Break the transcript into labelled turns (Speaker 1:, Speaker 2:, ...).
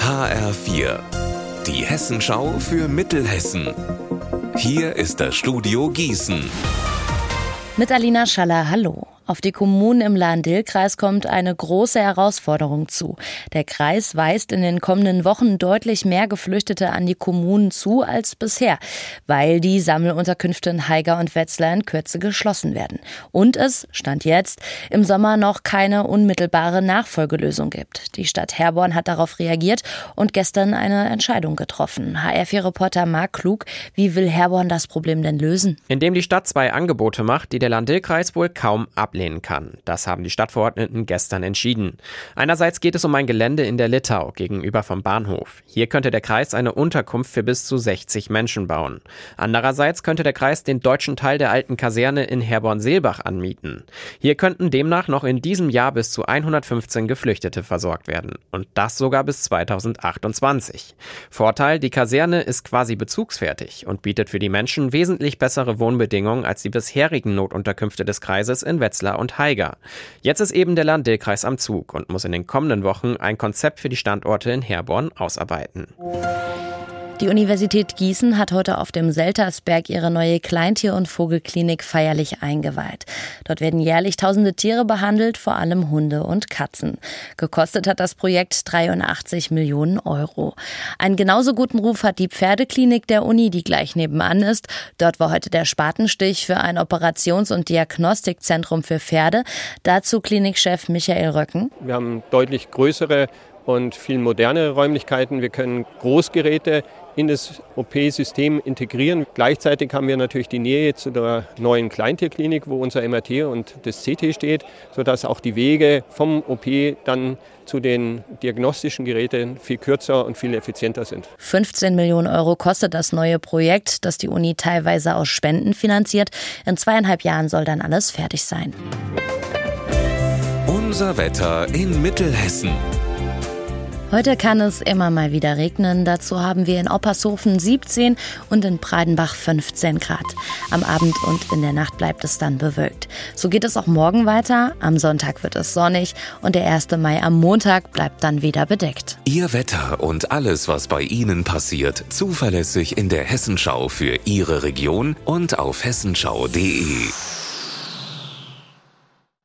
Speaker 1: HR4, die Hessenschau für Mittelhessen. Hier ist das Studio Gießen.
Speaker 2: Mit Alina Schaller, hallo. Auf die Kommunen im Lahn-Dill-Kreis kommt eine große Herausforderung zu. Der Kreis weist in den kommenden Wochen deutlich mehr Geflüchtete an die Kommunen zu als bisher, weil die Sammelunterkünfte in Haiger und Wetzlar in Kürze geschlossen werden. Und es, Stand jetzt, im Sommer noch keine unmittelbare Nachfolgelösung gibt. Die Stadt Herborn hat darauf reagiert und gestern eine Entscheidung getroffen. HR4-Reporter Marc Klug, wie will Herborn das Problem denn lösen?
Speaker 3: Indem die Stadt 2 Angebote macht, die der Lahn-Dill-Kreis wohl kaum ablehnen kann. Das haben die Stadtverordneten gestern entschieden. Einerseits geht es um ein Gelände in der Littau gegenüber vom Bahnhof. Hier könnte der Kreis eine Unterkunft für bis zu 60 Menschen bauen. Andererseits könnte der Kreis den deutschen Teil der alten Kaserne in Herborn-Seelbach anmieten. Hier könnten demnach noch in diesem Jahr bis zu 115 Geflüchtete versorgt werden. Und das sogar bis 2028. Vorteil, die Kaserne ist quasi bezugsfertig und bietet für die Menschen wesentlich bessere Wohnbedingungen als die bisherigen Notunterkünfte des Kreises in Wetzlar und Haiger. Jetzt ist eben der Lahn-Dill-Kreis am Zug und muss in den kommenden Wochen ein Konzept für die Standorte in Herborn ausarbeiten.
Speaker 2: Die Universität Gießen hat heute auf dem Seltersberg ihre neue Kleintier- und Vogelklinik feierlich eingeweiht. Dort werden jährlich tausende Tiere behandelt, vor allem Hunde und Katzen. Gekostet hat das Projekt 83 Millionen Euro. Einen genauso guten Ruf hat die Pferdeklinik der Uni, die gleich nebenan ist. Dort war heute der Spatenstich für ein Operations- und Diagnostikzentrum für Pferde. Dazu Klinikchef Michael Röcken.
Speaker 4: Wir haben deutlich größere und viel modernere Räumlichkeiten. Wir können Großgeräte in das OP-System integrieren. Gleichzeitig haben wir natürlich die Nähe zu der neuen Kleintierklinik, wo unser MRT und das CT steht, sodass auch die Wege vom OP dann zu den diagnostischen Geräten viel kürzer und viel effizienter sind.
Speaker 2: 15 Millionen Euro kostet das neue Projekt, das die Uni teilweise aus Spenden finanziert. In 2,5 Jahren soll dann alles fertig sein.
Speaker 1: Unser Wetter in Mittelhessen.
Speaker 2: Heute kann es immer mal wieder regnen. Dazu haben wir in Oppershofen 17 und in Breidenbach 15 Grad. Am Abend und in der Nacht bleibt es dann bewölkt. So geht es auch morgen weiter. Am Sonntag wird es sonnig und der 1. Mai am Montag bleibt dann wieder bedeckt.
Speaker 1: Ihr Wetter und alles, was bei Ihnen passiert, zuverlässig in der Hessenschau für Ihre Region und auf hessenschau.de.